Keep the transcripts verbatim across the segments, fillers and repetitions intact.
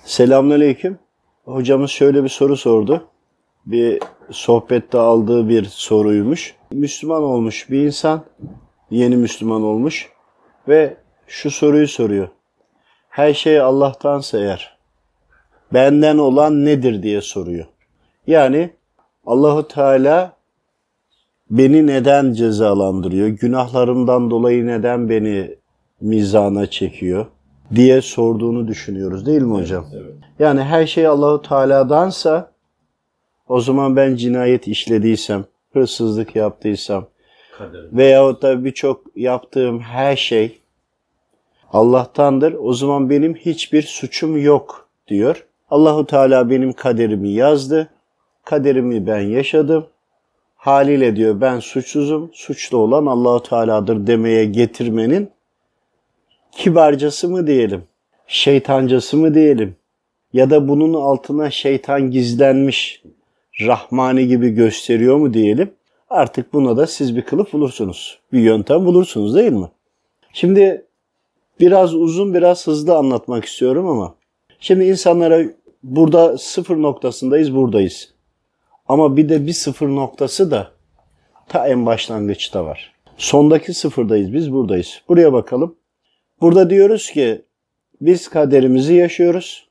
Selamünaleyküm. Hocamız şöyle bir soru sordu. Bir sohbette aldığı bir soruymuş. Müslüman olmuş bir insan, yeni Müslüman olmuş ve şu soruyu soruyor. Her şey Allah'tansa eğer, benden olan nedir diye soruyor. Yani Allahu Teala beni neden cezalandırıyor? Günahlarımdan dolayı neden beni mizana çekiyor diye sorduğunu düşünüyoruz değil mi hocam? Evet, evet. Yani her şey Allahu Teala'dansa o zaman ben cinayet işlediysem, hırsızlık yaptıysam Kaderim. Veyahut da birçok yaptığım her şey Allah'tandır. O zaman benim hiçbir suçum yok diyor. Allahu Teala benim kaderimi yazdı. Kaderimi ben yaşadım. Haliyle diyor ben suçsuzum. Suçlu olan Allahu Teala'dır demeye getirmenin kibarcası mı diyelim, şeytancası mı diyelim ya da bunun altına şeytan gizlenmiş, rahmani gibi gösteriyor mu diyelim. Artık buna da siz bir kılıf bulursunuz. Bir yöntem bulursunuz değil mi? Şimdi biraz uzun, biraz hızlı anlatmak istiyorum ama şimdi insanlara burada sıfır noktasındayız, buradayız. Ama bir de bir sıfır noktası da ta en başlangıçta var. Sondaki sıfırdayız, biz buradayız. Buraya bakalım. Burada diyoruz ki biz kaderimizi yaşıyoruz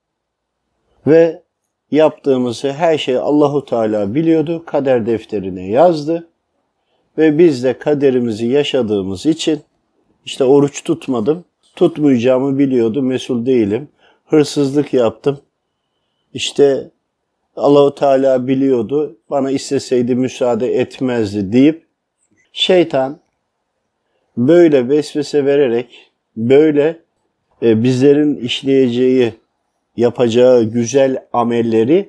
ve yaptığımızı her şeyi Allahu Teala biliyordu, kader defterine yazdı ve biz de kaderimizi yaşadığımız için işte oruç tutmadım, tutmayacağımı biliyordu, mesul değilim, hırsızlık yaptım, işte Allahu Teala biliyordu, bana isteseydi müsaade etmezdi deyip şeytan böyle vesvese vererek, böyle e, bizlerin işleyeceği, yapacağı güzel amelleri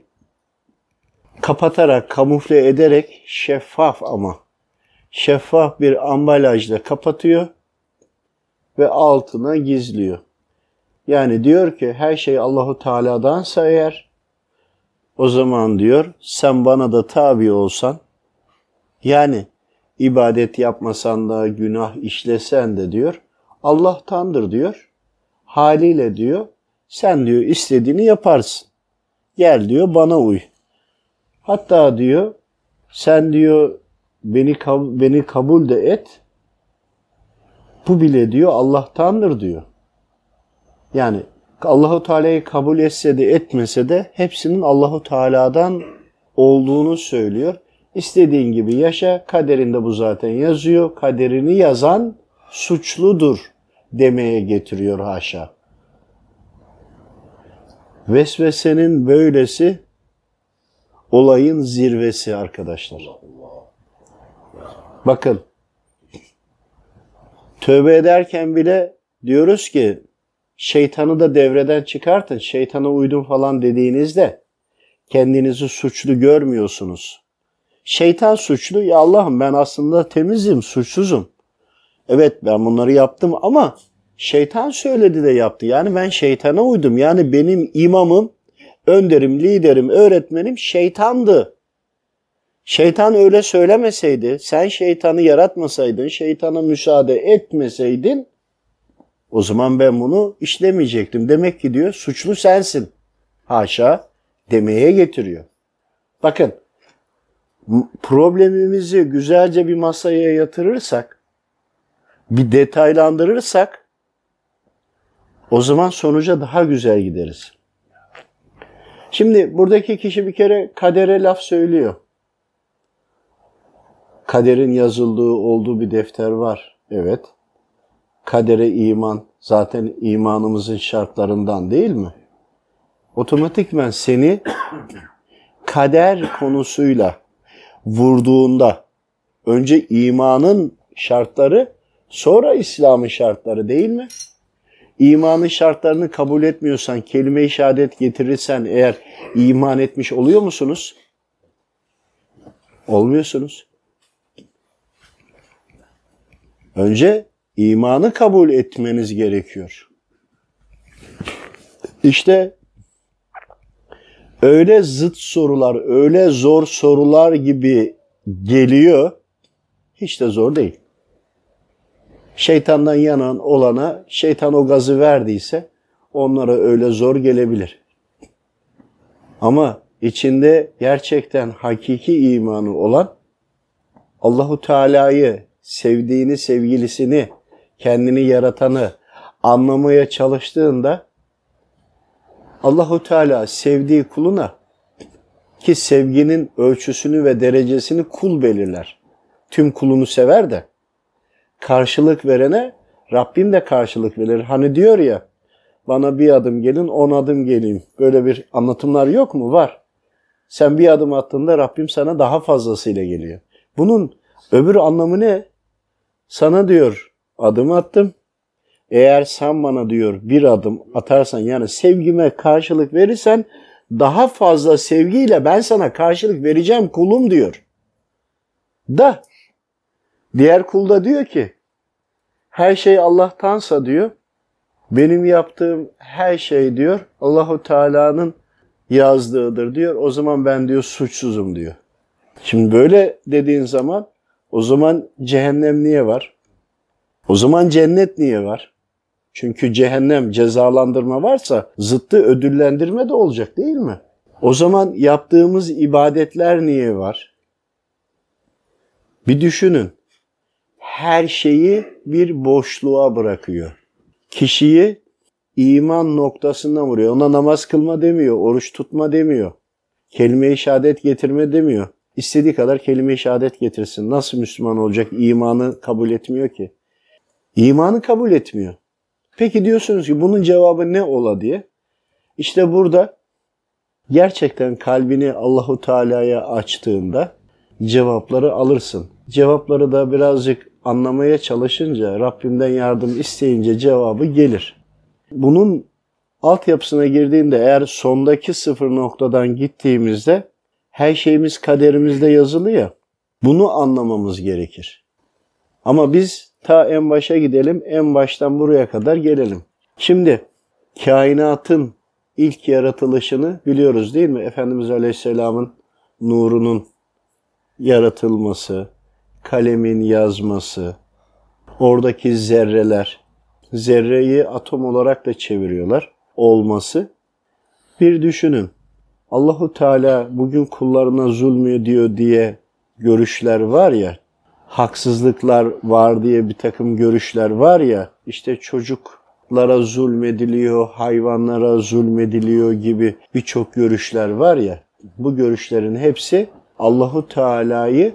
kapatarak, kamufle ederek şeffaf ama şeffaf bir ambalajla kapatıyor ve altına gizliyor. Yani diyor ki her şey Allahu Teala'dansa eğer, o zaman diyor sen bana da tabi olsan, yani ibadet yapmasan da, günah işlesen de diyor, Allah'tandır diyor. Haliyle diyor, sen diyor istediğini yaparsın. Gel diyor bana uy. Hatta diyor, sen diyor beni beni kabul de et. Bu bile diyor Allah'tandır diyor. Yani Allahu Teala'yı kabul etse de etmese de hepsinin Allahu Teala'dan olduğunu söylüyor. İstediğin gibi yaşa, kaderinde bu zaten yazıyor. Kaderini yazan suçludur demeye getiriyor haşa. Vesvesenin böylesi olayın zirvesi arkadaşlar. Bakın, tövbe ederken bile diyoruz ki şeytanı da devreden çıkartın. Şeytana uydum falan dediğinizde kendinizi suçlu görmüyorsunuz. Şeytan suçlu. Ya Allah'ım ben aslında temizim, suçsuzum. Evet ben bunları yaptım ama şeytan söyledi de yaptı. Yani ben şeytana uydum. Yani benim imamım, önderim, liderim, öğretmenim şeytandı. Şeytan öyle söylemeseydi, sen şeytanı yaratmasaydın, şeytana müsaade etmeseydin, o zaman ben bunu işlemeyecektim. Demek ki diyor suçlu sensin. Haşa demeye getiriyor. Bakın, problemimizi güzelce bir masaya yatırırsak, bir detaylandırırsak, o zaman sonuca daha güzel gideriz. Şimdi buradaki kişi bir kere kadere laf söylüyor. Kaderin yazıldığı, olduğu bir defter var. Evet. Kadere iman, zaten imanımızın şartlarından değil mi? Otomatikman seni kader konusuyla vurduğunda önce imanın şartları, sonra İslam'ın şartları değil mi? İmanın şartlarını kabul etmiyorsan, kelime-i şehadet getirirsen eğer iman etmiş oluyor musunuz? Olmuyorsunuz. Önce imanı kabul etmeniz gerekiyor. İşte öyle zıt sorular, öyle zor sorular gibi geliyor, hiç de zor değil. Şeytandan yanan olana şeytan o gazı verdiyse onlara öyle zor gelebilir. Ama içinde gerçekten hakiki imanı olan, Allahu Teala'yı, sevdiğini, sevgilisini, kendini yaratanı anlamaya çalıştığında Allahu Teala sevdiği kuluna, ki sevginin ölçüsünü ve derecesini kul belirler. Tüm kulunu sever de karşılık verene Rabbim de karşılık verir. Hani diyor ya, bana bir adım gelin, on adım geleyim. Böyle bir anlatımlar yok mu? Var. Sen bir adım attığında Rabbim sana daha fazlasıyla geliyor. Bunun öbür anlamı ne? Sana diyor adım attım. Eğer sen bana diyor bir adım atarsan, yani sevgime karşılık verirsen, daha fazla sevgiyle ben sana karşılık vereceğim kulum diyor. Da diğer kul da diyor ki, her şey Allah'tansa diyor, benim yaptığım her şey diyor Allahu Teala'nın yazdığıdır diyor. O zaman ben diyor suçsuzum diyor. Şimdi böyle dediğin zaman o zaman cehennem niye var? O zaman cennet niye var? Çünkü cehennem, cezalandırma varsa zıttı ödüllendirme de olacak değil mi? O zaman yaptığımız ibadetler niye var? Bir düşünün. Her şeyi bir boşluğa bırakıyor. Kişiyi iman noktasına vuruyor. Ona namaz kılma demiyor, oruç tutma demiyor. Kelime-i şehadet getirme demiyor. İstediği kadar kelime-i şehadet getirsin. Nasıl Müslüman olacak? İmanı kabul etmiyor ki. İmanı kabul etmiyor. Peki diyorsunuz ki bunun cevabı ne ola diye. İşte burada gerçekten kalbini Allahu Teala'ya açtığında cevapları alırsın. Cevapları da birazcık anlamaya çalışınca, Rabbimden yardım isteyince cevabı gelir. Bunun altyapısına girdiğinde, eğer sondaki sıfır noktadan gittiğimizde her şeyimiz kaderimizde yazılı ya, bunu anlamamız gerekir. Ama biz ta en başa gidelim, en baştan buraya kadar gelelim. Şimdi kainatın ilk yaratılışını biliyoruz değil mi? Efendimiz Aleyhisselam'ın nurunun yaratılması, kalemin yazması, oradaki zerreler, zerreyi atom olarak da çeviriyorlar, olması. Bir düşünün, Allahu Teala bugün kullarına zulmediyor diye görüşler var ya, haksızlıklar var diye bir takım görüşler var ya, işte çocuklara zulmediliyor, hayvanlara zulmediliyor gibi birçok görüşler var ya, bu görüşlerin hepsi Allahu Teala'yı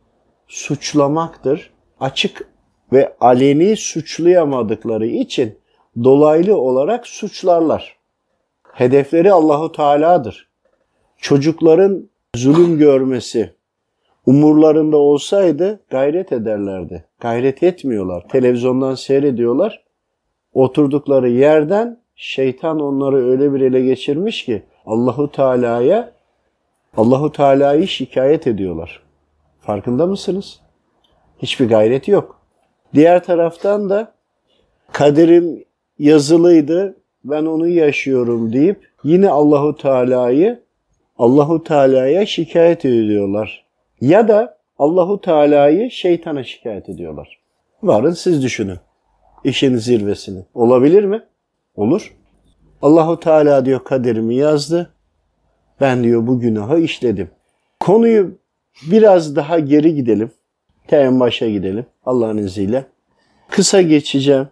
suçlamaktır. Açık ve aleni suçlayamadıkları için dolaylı olarak suçlarlar. Hedefleri Allahu Teala'dır. Çocukların zulüm görmesi umurlarında olsaydı gayret ederlerdi. Gayret etmiyorlar. Televizyondan seyrediyorlar. Oturdukları yerden şeytan onları öyle bir ele geçirmiş ki Allahu Teala'ya Allahu Teala'yı şikayet ediyorlar. Farkında mısınız? Hiçbir gayret yok. Diğer taraftan da kaderim yazılıydı, ben onu yaşıyorum deyip yine Allahu Teala'yı Allahu Teala'ya şikayet ediyorlar. Ya da Allahu Teala'yı şeytana şikayet ediyorlar. Varın siz düşünün. İşin zirvesini. Olabilir mi? Olur. Allahu Teala diyor kaderimi yazdı. Ben diyor bu günahı işledim. Konuyu biraz daha geri gidelim. Ta en başa gidelim Allah'ın izniyle. Kısa geçeceğim.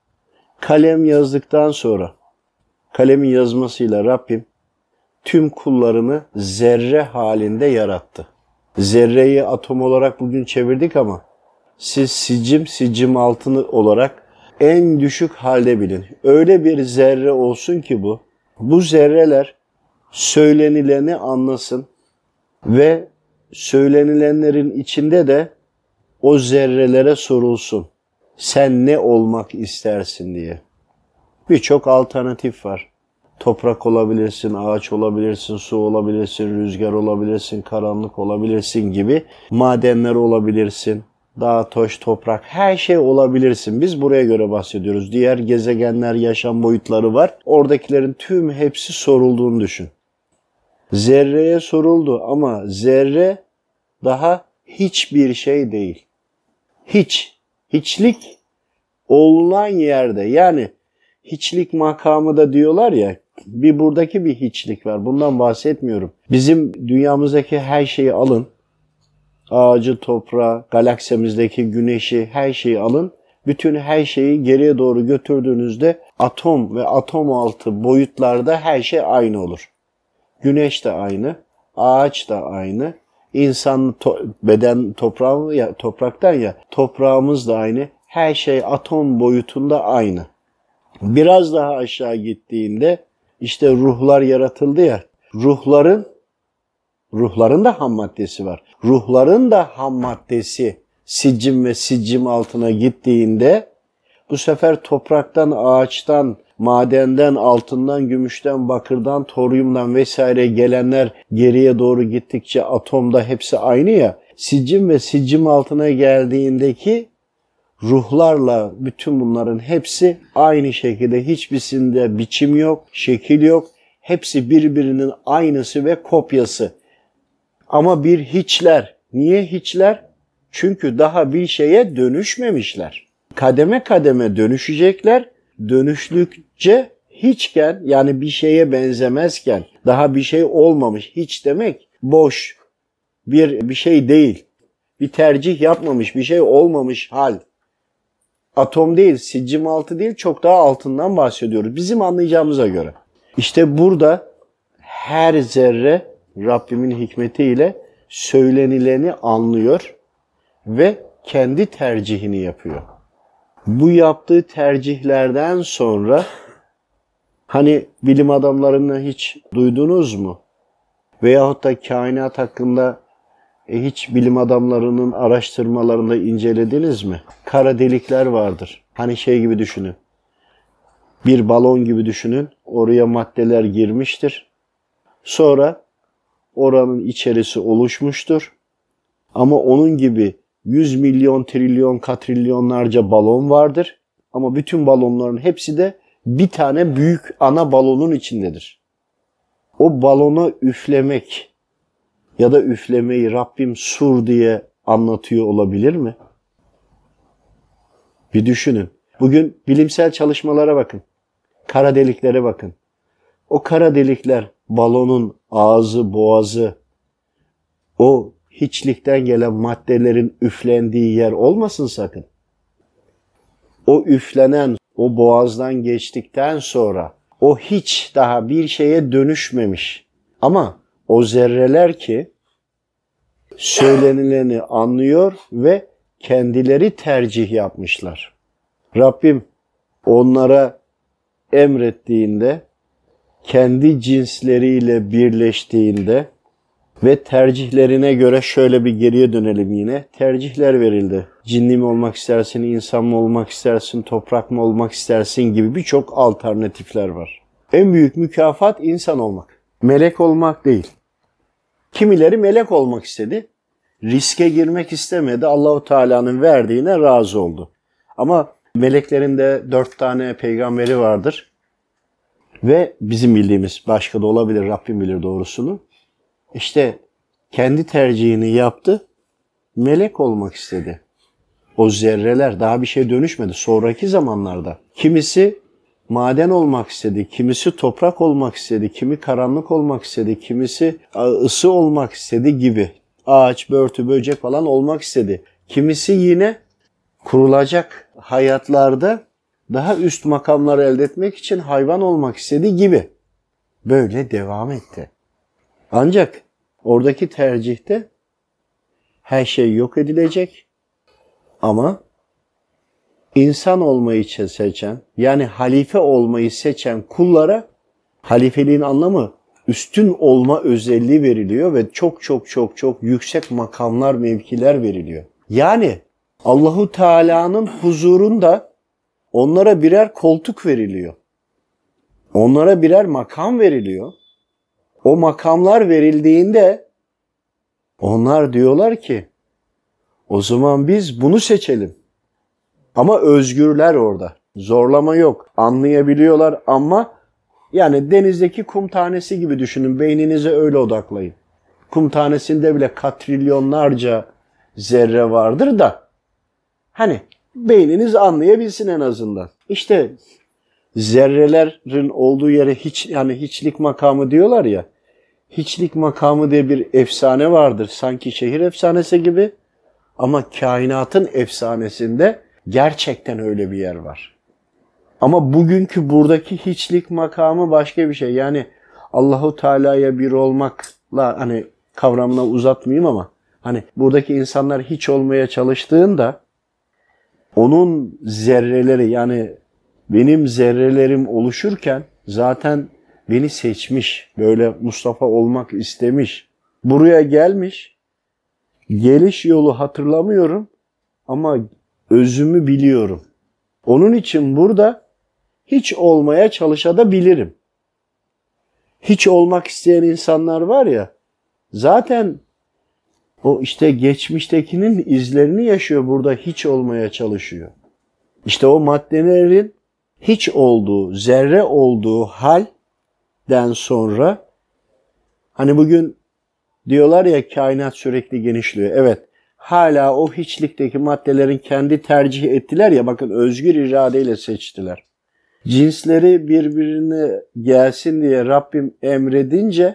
Kalem yazdıktan sonra, kalemin yazmasıyla Rabbim tüm kullarını zerre halinde yarattı. Zerreyi atom olarak bugün çevirdik ama siz sicim, sicim altını olarak en düşük halde bilin. Öyle bir zerre olsun ki bu, bu zerreler söylenileni anlasın ve söylenilenlerin içinde de o zerrelere sorulsun. Sen ne olmak istersin diye. Birçok alternatif var. Toprak olabilirsin, ağaç olabilirsin, su olabilirsin, rüzgar olabilirsin, karanlık olabilirsin gibi. Madenler olabilirsin, dağ, taş, toprak, her şey olabilirsin. Biz buraya göre bahsediyoruz. Diğer gezegenler, yaşam boyutları var. Oradakilerin tüm hepsi sorulduğunu düşün. Zerreye soruldu ama zerre daha hiçbir şey değil. Hiç, hiçlik olunan yerde, yani hiçlik makamı da diyorlar ya, bir buradaki bir hiçlik var. Bundan bahsetmiyorum. Bizim dünyamızdaki her şeyi alın. Ağacı, toprağı, galaksimizdeki güneşi, her şeyi alın. Bütün her şeyi geriye doğru götürdüğünüzde atom ve atom altı boyutlarda her şey aynı olur. Güneş de aynı, ağaç da aynı, insan to- beden toprağı ya topraktan ya toprağımız da aynı. Her şey atom boyutunda aynı. Biraz daha aşağı gittiğinde işte ruhlar yaratıldı ya. Ruhların ruhların da ham maddesi var. Ruhların da ham maddesi siccim ve siccim altına gittiğinde bu sefer topraktan, ağaçtan, madenden, altından, gümüşten, bakırdan, toryumdan vesaire gelenler geriye doğru gittikçe atomda hepsi aynı ya. Siccim ve siccim altına geldiğindeki ruhlarla bütün bunların hepsi aynı şekilde, hiçbirisinde biçim yok, şekil yok. Hepsi birbirinin aynısı ve kopyası. Ama bir hiçler. Niye hiçler? Çünkü daha bir şeye dönüşmemişler. Kademe kademe dönüşecekler. Dönüştükçe hiçken, yani bir şeye benzemezken, daha bir şey olmamış. Hiç demek boş, bir bir şey değil. Bir tercih yapmamış, bir şey olmamış hal. Atom değil, siccim altı değil, çok daha altından bahsediyoruz. Bizim anlayacağımıza göre. İşte burada her zerre Rabbimin hikmetiyle söylenileni anlıyor ve kendi tercihini yapıyor. Bu yaptığı tercihlerden sonra hani bilim adamlarını hiç duydunuz mu? Veyahut da kainat hakkında e, hiç bilim adamlarının araştırmalarında incelediniz mi? Kara delikler vardır. Hani şey gibi düşünün. Bir balon gibi düşünün. Oraya maddeler girmiştir. Sonra oranın içerisi oluşmuştur. Ama onun gibi yüz milyon, trilyon, katrilyonlarca balon vardır. Ama bütün balonların hepsi de bir tane büyük ana balonun içindedir. O balona üflemek ya da üflemeyi Rabbim sur diye anlatıyor olabilir mi? Bir düşünün. Bugün bilimsel çalışmalara bakın. Kara deliklere bakın. O kara delikler balonun ağzı, boğazı, o hiçlikten gelen maddelerin üflendiği yer olmasın sakın. O üflenen, o boğazdan geçtikten sonra o hiç daha bir şeye dönüşmemiş. Ama o zerreler ki söylenileni anlıyor ve kendileri tercih yapmışlar. Rabbim onlara emrettiğinde, kendi cinsleriyle birleştiğinde ve tercihlerine göre şöyle bir geriye dönelim yine. Tercihler verildi. Cinli mi olmak istersin, insan mı olmak istersin, toprak mı olmak istersin gibi birçok alternatifler var. En büyük mükafat insan olmak. Melek olmak değil. Kimileri melek olmak istedi. Riske girmek istemedi. Allahu Teala'nın verdiğine razı oldu. Ama meleklerin de dört tane peygamberi vardır. Ve bizim bildiğimiz, başka da olabilir, Rabbim bilir doğrusunu. İşte kendi tercihini yaptı. Melek olmak istedi. O zerreler daha bir şey dönüşmedi sonraki zamanlarda. Kimisi maden olmak istedi, kimisi toprak olmak istedi, kimi karanlık olmak istedi, kimisi ısı olmak istedi gibi. Ağaç, börtü, böcek falan olmak istedi. Kimisi yine kurulacak hayatlarda daha üst makamlar elde etmek için hayvan olmak istedi gibi. Böyle devam etti. Ancak oradaki tercihte her şey yok edilecek ama insan olmayı seçen, yani halife olmayı seçen kullara halifeliğin anlamı üstün olma özelliği veriliyor ve çok çok çok çok yüksek makamlar, mevkiler veriliyor. Yani Allahu Teala'nın huzurunda onlara birer koltuk veriliyor. Onlara birer makam veriliyor. O makamlar verildiğinde onlar diyorlar ki o zaman biz bunu seçelim. Ama özgürler orada. Zorlama yok. Anlayabiliyorlar ama yani denizdeki kum tanesi gibi düşünün. Beyninize öyle odaklayın. Kum tanesinde bile katrilyonlarca zerre vardır da hani beyniniz anlayabilsin en azından. İşte zerrelerin olduğu yere hiç, yani hiçlik makamı diyorlar ya. Hiçlik makamı diye bir efsane vardır. Sanki şehir efsanesi gibi. Ama kainatın efsanesinde gerçekten öyle bir yer var. Ama bugünkü buradaki hiçlik makamı başka bir şey. Yani Allahu Teala'ya bir olmakla, hani kavramına uzatmayayım ama hani buradaki insanlar hiç olmaya çalıştığında onun zerreleri, yani benim zerrelerim oluşurken zaten beni seçmiş. Böyle Mustafa olmak istemiş. Buraya gelmiş. Geliş yolu hatırlamıyorum ama özümü biliyorum. Onun için burada hiç olmaya çalışabilirim. Hiç olmak isteyen insanlar var ya, zaten o işte geçmiştekinin izlerini yaşıyor, burada hiç olmaya çalışıyor. İşte o maddelerin hiç olduğu, zerre olduğu halden sonra, hani bugün diyorlar ya kainat sürekli genişliyor. Evet, hala o hiçlikteki maddelerin kendi tercih ettiler ya, bakın özgür iradeyle seçtiler. Cinsleri birbirine gelsin diye Rabbim emredince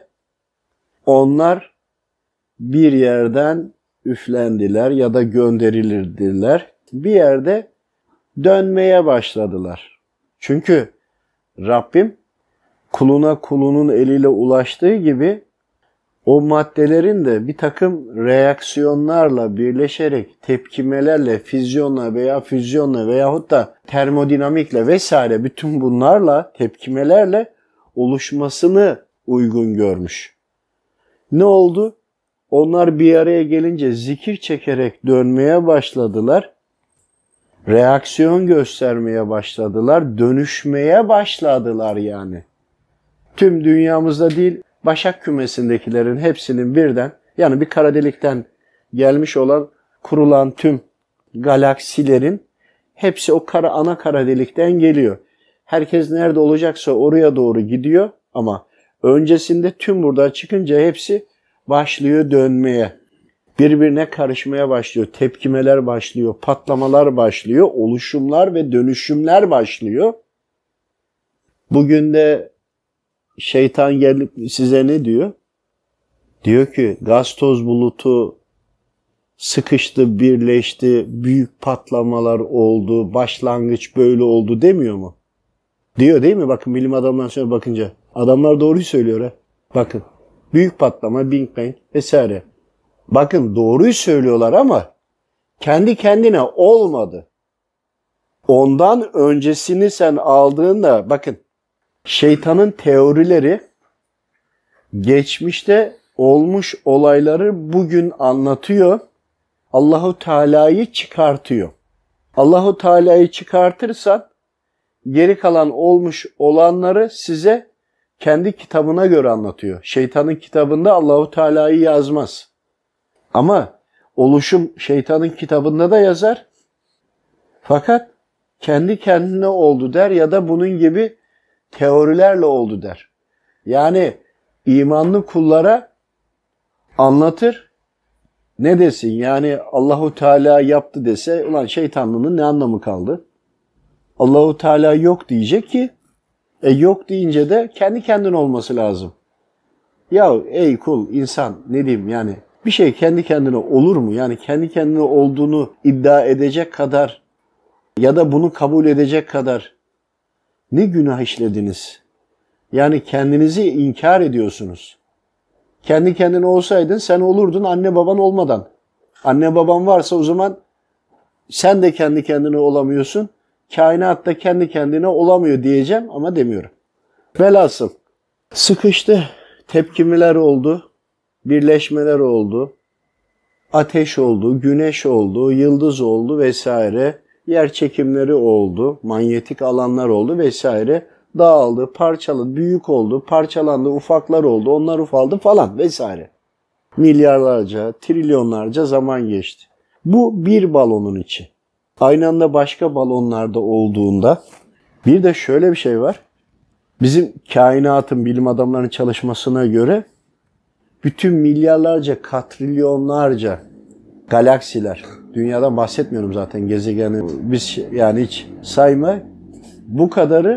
onlar bir yerden üflendiler ya da gönderilirdiler. Bir yerde dönmeye başladılar. Çünkü Rabbim kuluna kulunun eliyle ulaştığı gibi o maddelerin de bir takım reaksiyonlarla birleşerek, tepkimelerle, füzyonla veya füzyonla veyahut da termodinamikle vesaire bütün bunlarla, tepkimelerle oluşmasını uygun görmüş. Ne oldu? Onlar bir araya gelince zikir çekerek dönmeye başladılar. Reaksiyon göstermeye başladılar. Dönüşmeye başladılar yani. Tüm dünyamızda değil, Başak kümesindekilerin hepsinin birden, yani bir kara delikten gelmiş olan, kurulan tüm galaksilerin hepsi o kara, ana kara delikten geliyor. Herkes nerede olacaksa oraya doğru gidiyor ama öncesinde tüm buradan çıkınca hepsi başlıyor dönmeye. Birbirine karışmaya başlıyor. Tepkimeler başlıyor, patlamalar başlıyor, oluşumlar ve dönüşümler başlıyor. Bugün de şeytan gelip size ne diyor? Diyor ki gaz toz bulutu sıkıştı, birleşti, büyük patlamalar oldu, başlangıç böyle oldu demiyor mu? Diyor değil mi? Bakın bilim adamlarına sonra bakınca. Adamlar doğruyu söylüyor ha. Bakın. Büyük patlama, Big Bang vesaire. Bakın doğruyu söylüyorlar ama kendi kendine olmadı. Ondan öncesini sen aldığında, bakın, şeytanın teorileri geçmişte olmuş olayları bugün anlatıyor. Allahu Teala'yı çıkartıyor. Allahu Teala'yı çıkartırsan geri kalan olmuş olanları size kendi kitabına göre anlatıyor. Şeytanın kitabında Allahu Teala'yı yazmaz. Ama oluşum şeytanın kitabında da yazar. Fakat kendi kendine oldu der ya da bunun gibi teorilerle oldu der. Yani imanlı kullara anlatır. Ne desin? Yani Allahu Teala yaptı dese, ulan şeytanlığının ne anlamı kaldı? Allahu Teala yok diyecek ki, e yok deyince de kendi kendine olması lazım. Ya ey kul, insan, ne diyeyim yani, bir şey kendi kendine olur mu? Yani kendi kendine olduğunu iddia edecek kadar ya da bunu kabul edecek kadar ne günah işlediniz? Yani kendinizi inkar ediyorsunuz. Kendi kendine olsaydın sen olurdun anne baban olmadan. Anne baban varsa o zaman sen de kendi kendine olamıyorsun. Kainat da kendi kendine olamıyor diyeceğim ama demiyorum. Velhasıl sıkıştı, tepkimeler oldu, birleşmeler oldu, ateş oldu, güneş oldu, yıldız oldu vesaire, yer çekimleri oldu, manyetik alanlar oldu vesaire, dağıldı, parçalandı, büyük oldu, parçalandı, ufaklar oldu, onlar ufaldı falan vesaire. Milyarlarca, trilyonlarca zaman geçti. Bu bir balonun içi. Aynı anda başka balonlarda olduğunda bir de şöyle bir şey var. Bizim kainatın, bilim adamlarının çalışmasına göre bütün milyarlarca, katrilyonlarca galaksiler, dünyadan bahsetmiyorum zaten, gezegeni biz yani hiç sayma, bu kadarı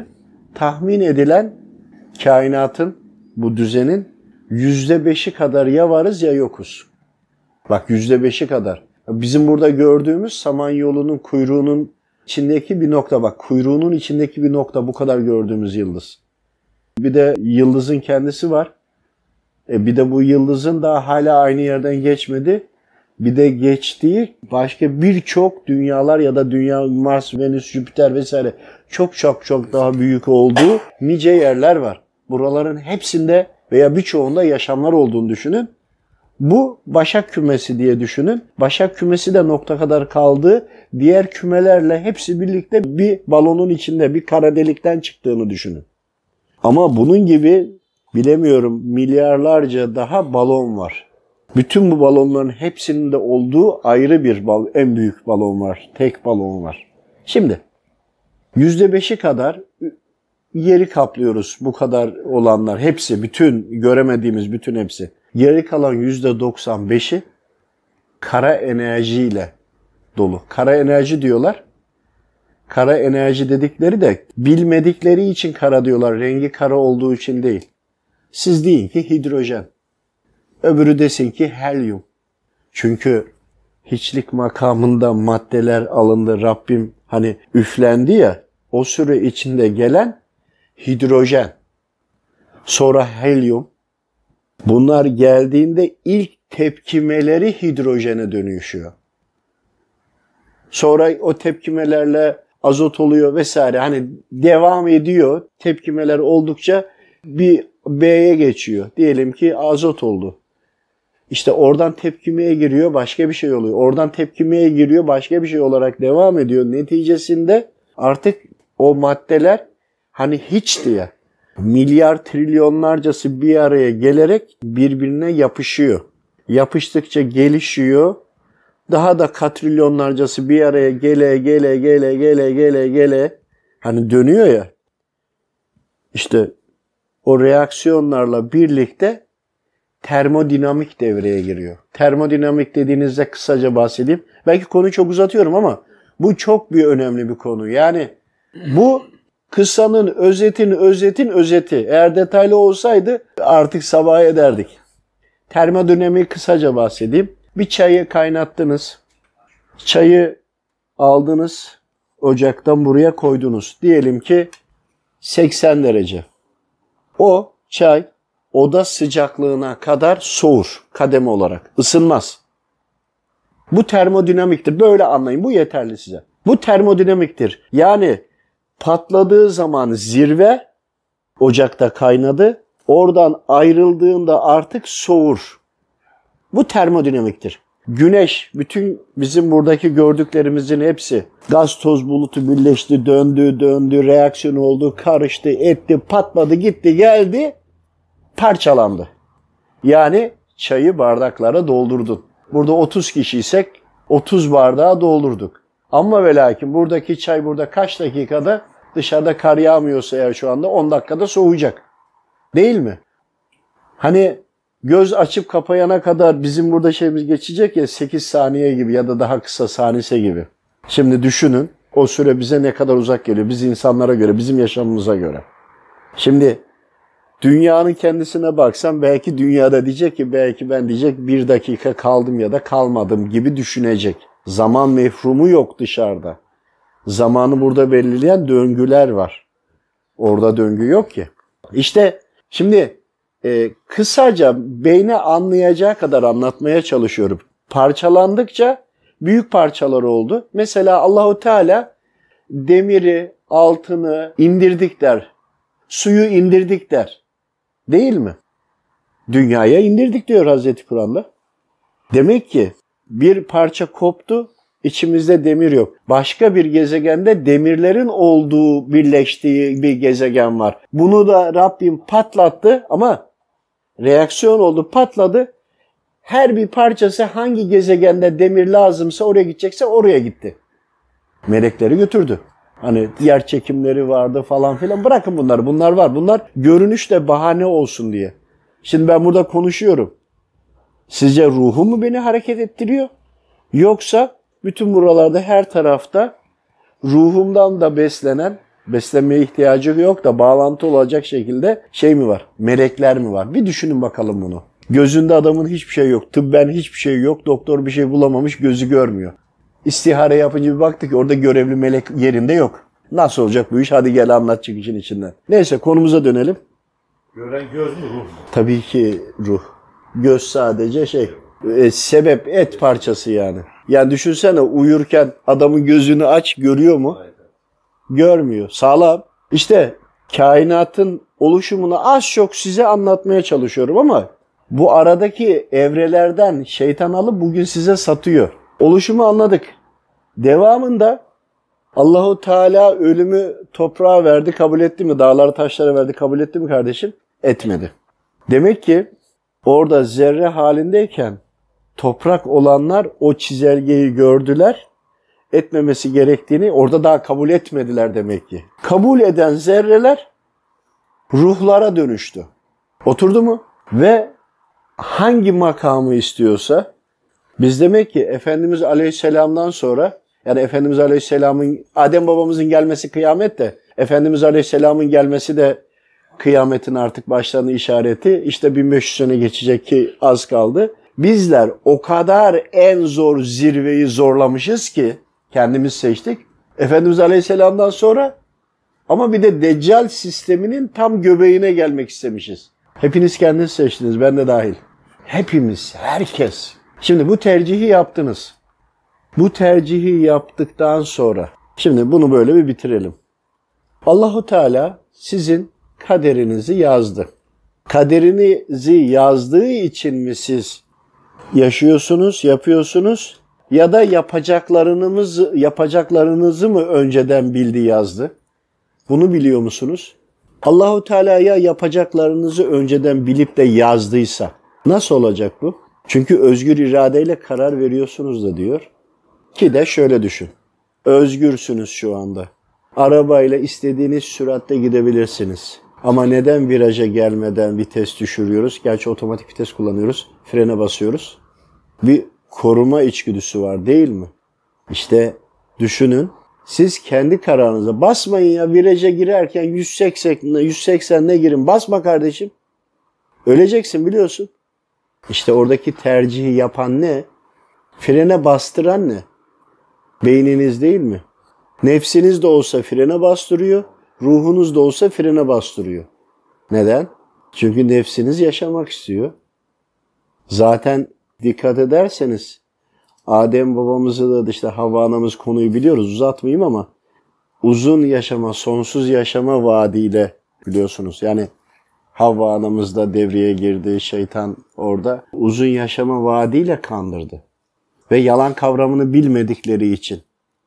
tahmin edilen kainatın, bu düzenin yüzde beşi kadar ya varız ya yokuz. Bak yüzde beşi kadar. Bizim burada gördüğümüz Samanyolu'nun kuyruğunun içindeki bir nokta, bak kuyruğunun içindeki bir nokta, bu kadar gördüğümüz yıldız. Bir de yıldızın kendisi var. E bir de bu yıldızın daha hala aynı yerden geçmedi. Bir de geçtiği başka birçok dünyalar ya da dünya, Mars, Venüs, Jüpiter vesaire çok çok çok daha büyük olduğu nice yerler var. Buraların hepsinde veya birçoğunda yaşamlar olduğunu düşünün. Bu Başak Kümesi diye düşünün. Başak Kümesi de nokta kadar kaldı. Diğer kümelerle hepsi birlikte bir balonun içinde, bir kara delikten çıktığını düşünün. Ama bunun gibi bilemiyorum milyarlarca daha balon var. Bütün bu balonların hepsinin de olduğu ayrı bir bal, en büyük balon var. Tek balon var. Şimdi yüzde beşi kadar yeri kaplıyoruz bu kadar olanlar. Hepsi, bütün göremediğimiz bütün hepsi. Geri kalan yüzde doksan beşi kara enerjiyle dolu. Kara enerji diyorlar. Kara enerji dedikleri de bilmedikleri için kara diyorlar. Rengi kara olduğu için değil. Siz deyin ki hidrojen. Öbürü desin ki helyum. Çünkü hiçlik makamında maddeler alındı. Rabbim hani üflendi ya, o süre içinde gelen hidrojen. Sonra helyum. Bunlar geldiğinde ilk tepkimeleri hidrojene dönüşüyor. Sonra o tepkimelerle azot oluyor vesaire. Hani devam ediyor. Tepkimeler oldukça bir B'ye geçiyor. Diyelim ki azot oldu. İşte oradan tepkimeye giriyor, başka bir şey oluyor. Oradan tepkimeye giriyor, başka bir şey olarak devam ediyor. Neticesinde artık o maddeler hani hiç diye milyar trilyonlarcası bir araya gelerek birbirine yapışıyor. Yapıştıkça gelişiyor. Daha da katrilyonlarcası bir araya gele gele gele gele gele gele hani dönüyor ya. İşte o reaksiyonlarla birlikte termodinamik devreye giriyor. Termodinamik dediğinizde kısaca bahsedeyim. Belki konuyu çok uzatıyorum ama bu çok bir önemli bir konu. Yani bu kıssanın, özetin, özetin özeti. Eğer detaylı olsaydı artık sabah ederdik. Termodinamik kısaca bahsedeyim. Bir çayı kaynattınız. Çayı aldınız, ocaktan buraya koydunuz. Diyelim ki seksen derece. O çay oda sıcaklığına kadar soğur kademe olarak. Isınmaz. Bu termodinamiktir. Böyle anlayın. Bu yeterli size. Bu termodinamiktir. Yani patladığı zaman zirve ocakta kaynadı. Oradan ayrıldığında artık soğur. Bu termodinamiktir. Güneş, bütün bizim buradaki gördüklerimizin hepsi gaz toz bulutu birleşti, döndü, döndü, reaksiyon oldu, karıştı, etti, patladı, gitti, geldi, parçalandı. Yani çayı bardaklara doldurdun. Burada otuz kişiysek otuz bardağı doldurduk. Ama ve lakin buradaki çay burada kaç dakikada, dışarıda kar yağmıyorsa eğer şu anda on dakikada soğuyacak. Değil mi? Hani göz açıp kapayana kadar bizim burada şeyimiz geçecek ya, sekiz saniye gibi ya da daha kısa saniyese gibi. Şimdi düşünün, o süre bize ne kadar uzak geliyor. Biz insanlara göre, bizim yaşamımıza göre. Şimdi dünyanın kendisine baksam belki dünyada diyecek ki, belki ben diyecek bir dakika kaldım ya da kalmadım gibi düşünecek. Zaman mefhumu yok dışarıda. Zamanı burada belirleyen döngüler var. Orada döngü yok ki. İşte şimdi e, kısaca beyne anlayacağı kadar anlatmaya çalışıyorum. Parçalandıkça büyük parçalar oldu. Mesela Allahu Teala demiri, altını indirdik der. Suyu indirdik der. Değil mi? Dünyaya indirdik diyor Hazreti Kur'an'da. Demek ki bir parça koptu, içimizde demir yok. Başka bir gezegende demirlerin olduğu, birleştiği bir gezegen var. Bunu da Rabbim patlattı ama reaksiyon oldu, patladı. Her bir parçası hangi gezegende demir lazımsa, oraya gidecekse oraya gitti. Melekleri götürdü. Hani yer çekimleri vardı falan filan. Bırakın bunları. Bunlar var. Bunlar görünüşle bahane olsun diye. Şimdi ben burada konuşuyorum. Sizce ruhum mu beni hareket ettiriyor? Yoksa bütün buralarda her tarafta ruhumdan da beslenen, Beslenmeye ihtiyacı yok da bağlantı olacak şekilde şey mi var? Melekler mi var? Bir düşünün bakalım bunu. Gözünde adamın hiçbir şey yok. Tıbben hiçbir şey yok. Doktor bir şey bulamamış, gözü görmüyor. İstihare yapınca bir baktık ki orada görevli melek yerinde yok. Nasıl olacak bu iş? Hadi gel anlat çık işin içinden. Neyse konumuza dönelim. Gören göz mü ruh mu? Tabii ki ruh. Göz sadece şey, e, sebep, et parçası yani. Yani düşünsene uyurken adamın gözünü aç, görüyor mu? Görmüyor. Sağlam. İşte kainatın oluşumunu az çok size anlatmaya çalışıyorum ama bu aradaki evrelerden şeytan alıp bugün size satıyor. Oluşumu anladık. Devamında Allahu Teala ölümü toprağa verdi, kabul etti mi? Dağları taşlara verdi, kabul etti mi kardeşim? Etmedi. Demek ki orada zerre halindeyken toprak olanlar o çizelgeyi gördüler. Etmemesi gerektiğini orada daha kabul etmediler demek ki. Kabul eden zerreler ruhlara dönüştü. Oturdu mu? Ve hangi makamı istiyorsa biz demek ki Efendimiz Aleyhisselam'dan sonra yani Efendimiz Aleyhisselam'ın Adem babamızın gelmesi kıyamet de Efendimiz Aleyhisselam'ın gelmesi de kıyametin artık başlarının işareti. İşte bin beş yüz sene geçecek ki az kaldı. Bizler o kadar en zor zirveyi zorlamışız ki kendimiz seçtik. Efendimiz Aleyhisselam'dan sonra ama bir de Deccal sisteminin tam göbeğine gelmek istemişiz. Hepiniz kendiniz seçtiniz, ben de dahil. Hepimiz, herkes. Şimdi bu tercihi yaptınız. Bu tercihi yaptıktan sonra, şimdi bunu böyle bir bitirelim. Allahu Teala sizin kaderinizi yazdı. Kaderinizi yazdığı için mi siz yaşıyorsunuz, yapıyorsunuz ya da yapacaklarınızı, yapacaklarınızı mı önceden bildi yazdı? Bunu biliyor musunuz? Allahu Teala ya yapacaklarınızı önceden bilip de yazdıysa nasıl olacak bu? Çünkü özgür iradeyle karar veriyorsunuz da diyor. Ki de şöyle düşün. Özgürsünüz şu anda. Arabayla istediğiniz süratte gidebilirsiniz. Ama neden viraja gelmeden vites düşürüyoruz? Gerçi otomatik vites kullanıyoruz. Frene basıyoruz. Bir koruma içgüdüsü var değil mi? İşte düşünün. Siz kendi kararınıza basmayın ya viraja girerken yüz seksenle girin. Basma kardeşim. Öleceksin biliyorsun. İşte oradaki tercihi yapan ne? Frene bastıran ne? Beyniniz değil mi? Nefsiniz de olsa frene bastırıyor. Ruhunuz da olsa frene bastırıyor. Neden? Çünkü nefsiniz yaşamak istiyor. Zaten dikkat ederseniz Adem babamızı da işte Havva anamız konuyu biliyoruz uzatmayayım ama uzun yaşama, sonsuz yaşama vaadiyle biliyorsunuz. Yani Havva anamız da devreye girdi, şeytan orada uzun yaşama vaadiyle kandırdı. Ve yalan kavramını bilmedikleri için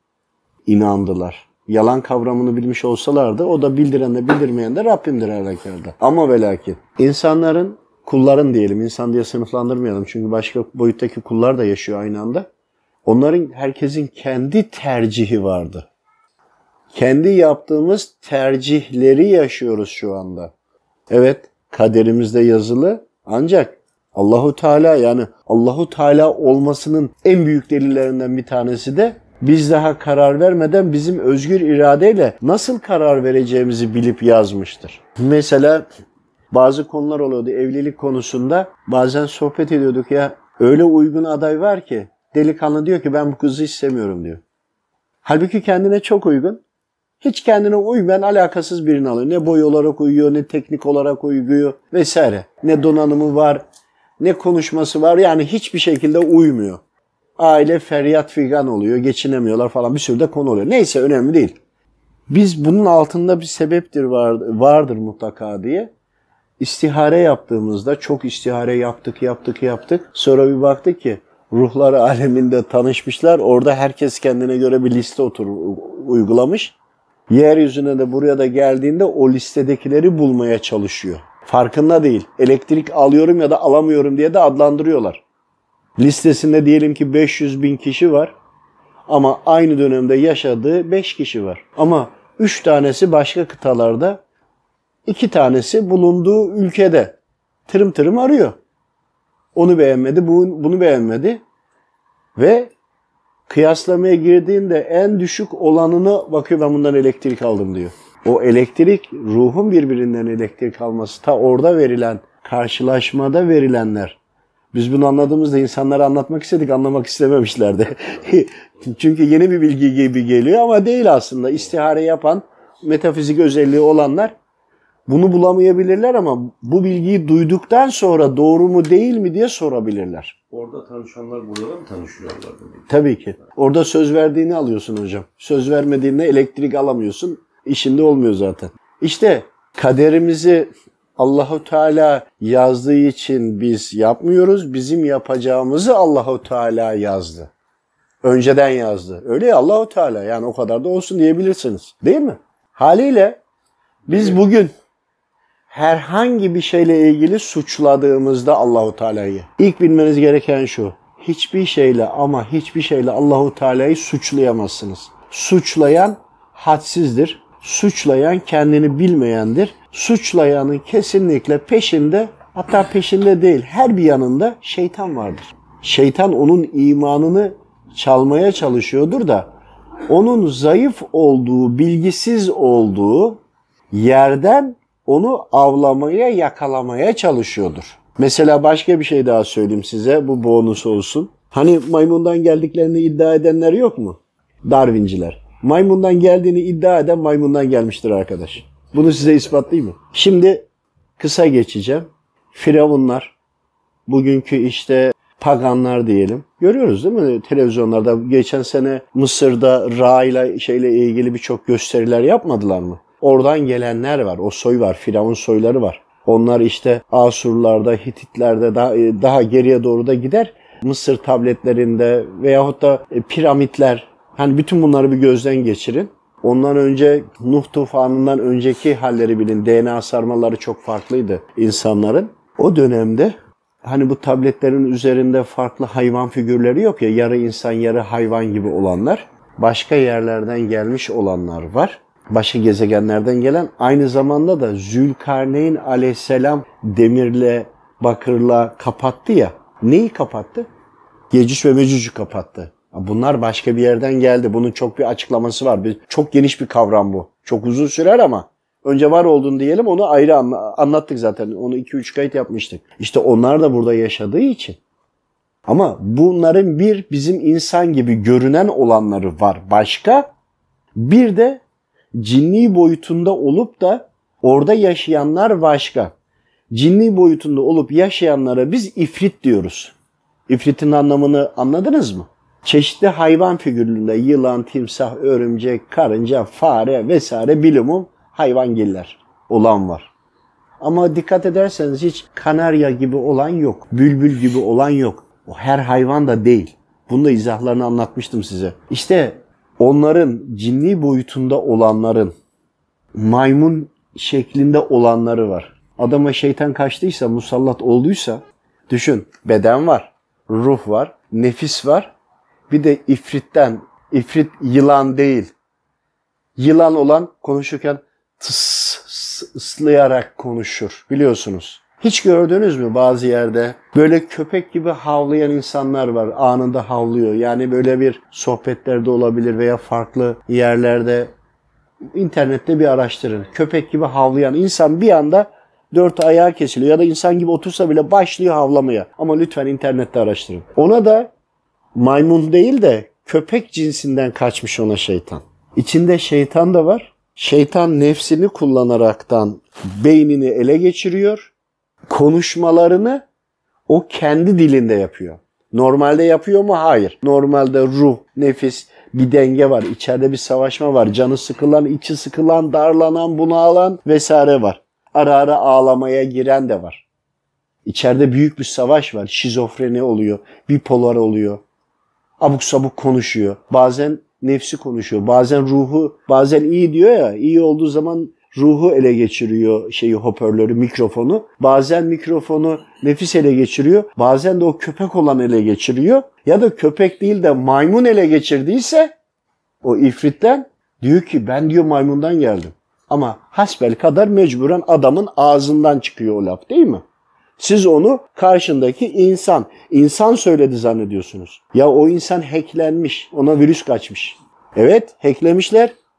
inandılar. Yalan kavramını bilmiş olsalardı o da bildiren de bildirmeyen de Rabbimdir her halükarda. Ama ve lakin insanların, kulların diyelim, insan diye sınıflandırmayalım çünkü başka boyuttaki kullar da yaşıyor aynı anda. Onların herkesin kendi tercihi vardı. Kendi yaptığımız tercihleri yaşıyoruz şu anda. Evet, kaderimizde yazılı ancak Allahu Teala yani Allahu Teala olmasının en büyük delillerinden bir tanesi de biz daha karar vermeden bizim özgür iradeyle nasıl karar vereceğimizi bilip yazmıştır. Mesela bazı konular oluyordu evlilik konusunda. Bazen sohbet ediyorduk ya öyle uygun aday var ki delikanlı diyor ki ben bu kızı istemiyorum diyor. Halbuki kendine çok uygun. Hiç kendine uymayan alakasız birini alıyor. Ne boy olarak uyuyor, ne teknik olarak uyuyor vesaire. Ne donanımı var, ne konuşması var. Yani hiçbir şekilde uymuyor. Aile feryat figan oluyor, geçinemiyorlar falan bir sürü de konu oluyor. Neyse önemli değil. Biz bunun altında bir sebeptir var, vardır mutlaka diye istihare yaptığımızda çok istihare yaptık yaptık yaptık. Sonra bir baktık ki ruhlar aleminde tanışmışlar. Orada herkes kendine göre bir liste otur uygulamış. Yeryüzüne de buraya da geldiğinde o listedekileri bulmaya çalışıyor. Farkında değil. Elektrik alıyorum ya da alamıyorum diye de adlandırıyorlar. Listesinde diyelim ki beş yüz bin kişi var. Ama aynı dönemde yaşadığı beş kişi var. Ama üç tanesi başka kıtalarda, iki tanesi bulunduğu ülkede. Tırım tırım arıyor. Onu beğenmedi, bunu beğenmedi. Ve kıyaslamaya girdiğinde en düşük olanını bakıyor ben bundan elektrik aldım diyor. O elektrik, ruhun birbirinden elektrik alması, ta orada verilen, karşılaşmada verilenler. Biz bunu anladığımızda insanlara anlatmak istedik, anlamak istememişlerdi. Çünkü yeni bir bilgi gibi geliyor ama değil aslında. İstihare yapan, metafizik özelliği olanlar bunu bulamayabilirler ama bu bilgiyi duyduktan sonra doğru mu değil mi diye sorabilirler. Orada tanışanlar burada da mı tanışıyorlar? Tabii ki. Orada söz verdiğini alıyorsun hocam. Söz vermediğinde elektrik alamıyorsun. İşinde olmuyor zaten. İşte kaderimizi Allahu Teala yazdığı için biz yapmıyoruz. Bizim yapacağımızı Allahu Teala yazdı. Önceden yazdı. Öyle ya Allahu Teala, yani o kadar da olsun diyebilirsiniz. Değil mi? Haliyle biz bugün herhangi bir şeyle ilgili suçladığımızda Allahu Teala'yı, ilk bilmeniz gereken şu: hiçbir şeyle ama hiçbir şeyle Allahu Teala'yı suçlayamazsınız. Suçlayan hadsizdir. Suçlayan kendini bilmeyendir. Suçlayanın kesinlikle peşinde, hatta peşinde değil, her bir yanında şeytan vardır. Şeytan onun imanını çalmaya çalışıyordur da onun zayıf olduğu, bilgisiz olduğu yerden onu avlamaya, yakalamaya çalışıyordur. Mesela başka bir şey daha söyleyeyim size, bu bonus olsun. Hani maymundan geldiklerini iddia edenler yok mu? Darwinciler. Maymundan geldiğini iddia eden maymundan gelmiştir arkadaş. Bunu size ispatlayayım mı? Şimdi kısa geçeceğim. Firavunlar, bugünkü işte paganlar diyelim. Görüyoruz değil mi televizyonlarda? Geçen sene Mısır'da Ra ile şeyle ilgili birçok gösteriler yapmadılar mı? Oradan gelenler var. O soy var. Firavun soyları var. Onlar işte Asurlarda, Hititlerde daha, daha geriye doğru da gider. Mısır tabletlerinde veyahut da piramitler. Hani bütün bunları bir gözden geçirin. Ondan önce Nuh tufanından önceki halleri bilin. D N A sarmaları çok farklıydı insanların. O dönemde hani bu tabletlerin üzerinde farklı hayvan figürleri yok ya, yarı insan yarı hayvan gibi olanlar. Başka yerlerden gelmiş olanlar var. Başka gezegenlerden gelen, aynı zamanda da Zülkarneyn aleyhisselam demirle, bakırla kapattı ya. Neyi kapattı? Yecüc ve Mecüc'ü kapattı. Bunlar başka bir yerden geldi. Bunun çok bir açıklaması var. Çok geniş bir kavram bu. Çok uzun sürer ama önce var olduğunu diyelim, onu ayrı anlattık zaten. Onu iki üç kayıt yapmıştık. İşte onlar da burada yaşadığı için. Ama bunların bir bizim insan gibi görünen olanları var başka. Bir de cinni boyutunda olup da orada yaşayanlar başka. Cinni boyutunda olup yaşayanlara biz ifrit diyoruz. İfritin anlamını anladınız mı? Çeşitli hayvan figürlerinde yılan, timsah, örümcek, karınca, fare vesaire bilimum hayvangiller olan var. Ama dikkat ederseniz hiç kanarya gibi olan yok. Bülbül gibi olan yok. O her hayvan da değil. Bunun da izahlarını anlatmıştım size. İşte onların cinni boyutunda olanların maymun şeklinde olanları var. Adama şeytan kaçtıysa, musallat olduysa düşün, beden var, ruh var, nefis var. Bir de ifritten, ifrit yılan değil. Yılan olan konuşurken tıs ıslayarak konuşur, biliyorsunuz. Hiç gördünüz mü bazı yerde böyle köpek gibi havlayan insanlar var, anında havlıyor. Yani böyle bir sohbetlerde olabilir veya farklı yerlerde, internette bir araştırın. Köpek gibi havlayan insan bir anda dört ayağı kesiliyor ya da insan gibi otursa bile başlıyor havlamaya. Ama lütfen internette araştırın. Ona da maymun değil de köpek cinsinden kaçmış ona şeytan. İçinde şeytan da var. Şeytan nefsini kullanaraktan beynini ele geçiriyor. Konuşmalarını o kendi dilinde yapıyor. Normalde yapıyor mu? Hayır. Normalde ruh, nefis, bir denge var. İçeride bir savaşma var. Canı sıkılan, içi sıkılan, darlanan, bunalan vesaire var. Ara ara ağlamaya giren de var. İçeride büyük bir savaş var. Şizofreni oluyor. Bipolar oluyor. Abuk sabuk konuşuyor. Bazen nefsi konuşuyor. Bazen ruhu, bazen iyi diyor ya. İyi olduğu zaman ruhu ele geçiriyor şeyi, hoparlörü, mikrofonu. Bazen mikrofonu nefis ele geçiriyor. Bazen de o köpek olan ele geçiriyor. Ya da köpek değil de maymun ele geçirdiyse o ifritten diyor ki ben diyor maymundan geldim. Ama hasbel kadar mecburen adamın ağzından çıkıyor o laf, değil mi? Siz onu karşındaki insan, insan söyledi zannediyorsunuz. Ya o insan hacklenmiş, ona virüs kaçmış. Evet, hacklemişler.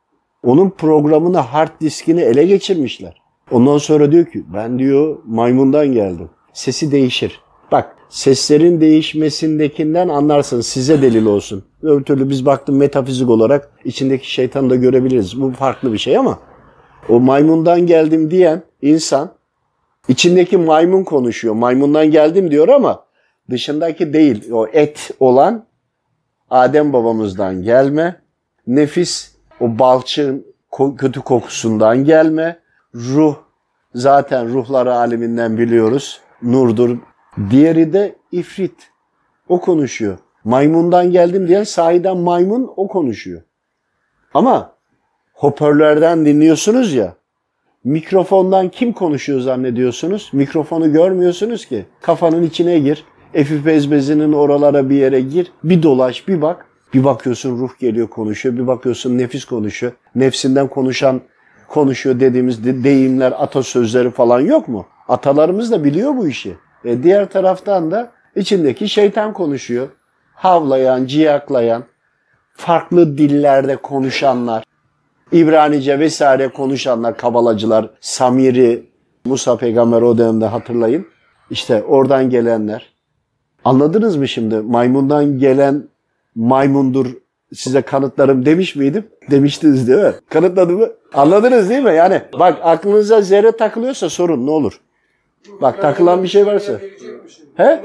Onun programını, hard diskini ele geçirmişler. Ondan sonra diyor ki ben diyor maymundan geldim. Sesi değişir. Bak seslerin değişmesindekinden anlarsın, size delil olsun. Öbür türlü biz baktım metafizik olarak içindeki şeytanı da görebiliriz. Bu farklı bir şey ama o maymundan geldim diyen insan içindeki maymun konuşuyor. Maymundan geldim diyor ama dışındaki değil. O et olan Adem babamızdan gelme. Nefis o balçığın kötü kokusundan gelme. Ruh zaten ruhlar aleminden biliyoruz. Nurdur. Diğeri de ifrit. O konuşuyor. Maymundan geldim diyen sahiden maymun, o konuşuyor. Ama hoparlörlerden dinliyorsunuz ya. Mikrofondan kim konuşuyor zannediyorsunuz? Mikrofonu görmüyorsunuz ki. Kafanın içine gir. Efi bezbezinin oralara bir yere gir. Bir dolaş, bir bak. Bir bakıyorsun ruh geliyor konuşuyor. Bir bakıyorsun nefis konuşuyor. Nefsinden konuşan konuşuyor dediğimiz deyimler, atasözleri falan yok mu? Atalarımız da biliyor bu işi. E diğer taraftan da içindeki şeytan konuşuyor. Havlayan, ciyaklayan, farklı dillerde konuşanlar, İbranice vesaire konuşanlar, kabalacılar, Samiri, Musa peygamber o dönemde hatırlayın. İşte oradan gelenler. Anladınız mı şimdi? Maymundan gelen maymundur, size kanıtlarım demiş miydim? Demiştiniz değil mi? Kanıtladım mı? Anladınız değil mi? Yani bak aklınıza zerre takılıyorsa sorun ne olur. Bak takılan bir şey varsa. He?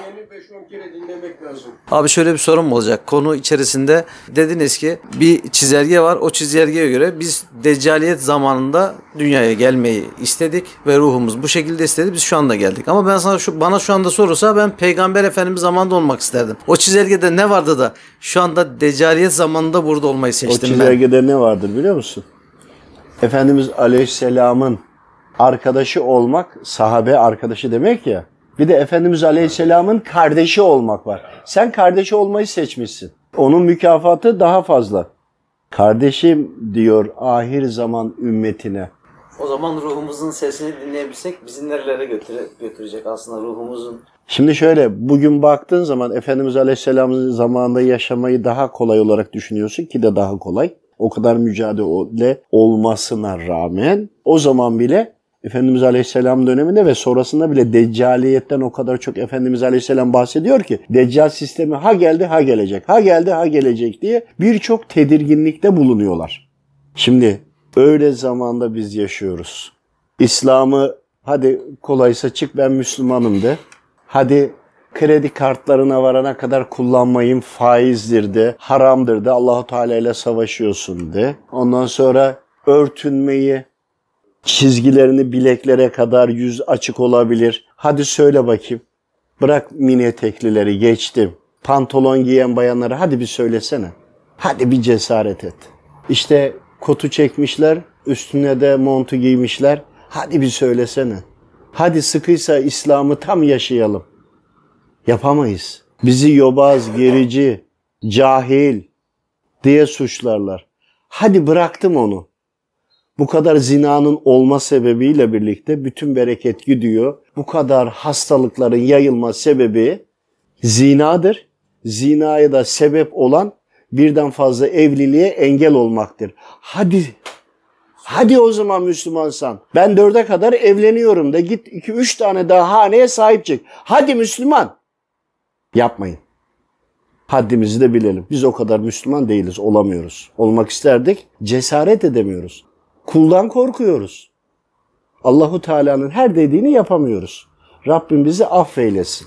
Abi şöyle bir sorum olacak. Konu içerisinde dediniz ki bir çizelge var. O çizelgeye göre biz Deccaliyet zamanında dünyaya gelmeyi istedik ve ruhumuz bu şekilde istedi. Biz şu anda geldik. Ama ben sana şu bana şu anda sorulsa ben Peygamber Efendimiz zamanında olmak isterdim. O çizelgede ne vardı da şu anda Deccaliyet zamanında burada olmayı seçtim ben. O çizelgede ne vardır biliyor musun? Efendimiz Aleyhisselam'ın arkadaşı olmak, sahabe arkadaşı demek ya. Bir de Efendimiz Aleyhisselam'ın kardeşi olmak var. Sen kardeşi olmayı seçmişsin. Onun mükafatı daha fazla. Kardeşim diyor ahir zaman ümmetine. O zaman ruhumuzun sesini dinleyebilsek bizi nerelere götüre, götürecek aslında ruhumuzun. Şimdi şöyle bugün baktığın zaman Efendimiz Aleyhisselam'ın zamanında yaşamayı daha kolay olarak düşünüyorsun ki de daha kolay. O kadar mücadele olmasına rağmen o zaman bile Efendimiz Aleyhisselam döneminde ve sonrasında bile Deccaliyetten o kadar çok Efendimiz Aleyhisselam bahsediyor ki Deccal sistemi ha geldi ha gelecek, ha geldi ha gelecek diye birçok tedirginlikte bulunuyorlar. Şimdi öyle zamanda biz yaşıyoruz. İslam'ı hadi kolaysa çık ben Müslümanım de. Hadi kredi kartlarına varana kadar kullanmayın faizdir de, haramdır de, Allah-u Teala ile savaşıyorsun de. Ondan sonra örtünmeyi, çizgilerini bileklere kadar yüz açık olabilir. Hadi söyle bakayım. Bırak mini eteklileri geçtim. Pantolon giyen bayanları hadi bir söylesene. Hadi bir cesaret et. İşte kotu çekmişler, üstüne de montu giymişler. Hadi bir söylesene. Hadi sıkıysa İslam'ı tam yaşayalım. Yapamayız. Bizi yobaz, gerici, cahil diye suçlarlar. Hadi bıraktım onu. Bu kadar zinanın olma sebebiyle birlikte bütün bereket gidiyor. Bu kadar hastalıkların yayılma sebebi zinadır. Zinaya da sebep olan birden fazla evliliğe engel olmaktır. Hadi, hadi o zaman Müslümansan. Ben dörde kadar evleniyorum da git iki üç tane daha haneye sahip çık. Hadi Müslüman. Yapmayın. Haddimizi de bilelim. Biz o kadar Müslüman değiliz, olamıyoruz. Olmak isterdik, cesaret edemiyoruz. Kuldan korkuyoruz. Allahu Teala'nın her dediğini yapamıyoruz. Rabbim bizi affeylesin.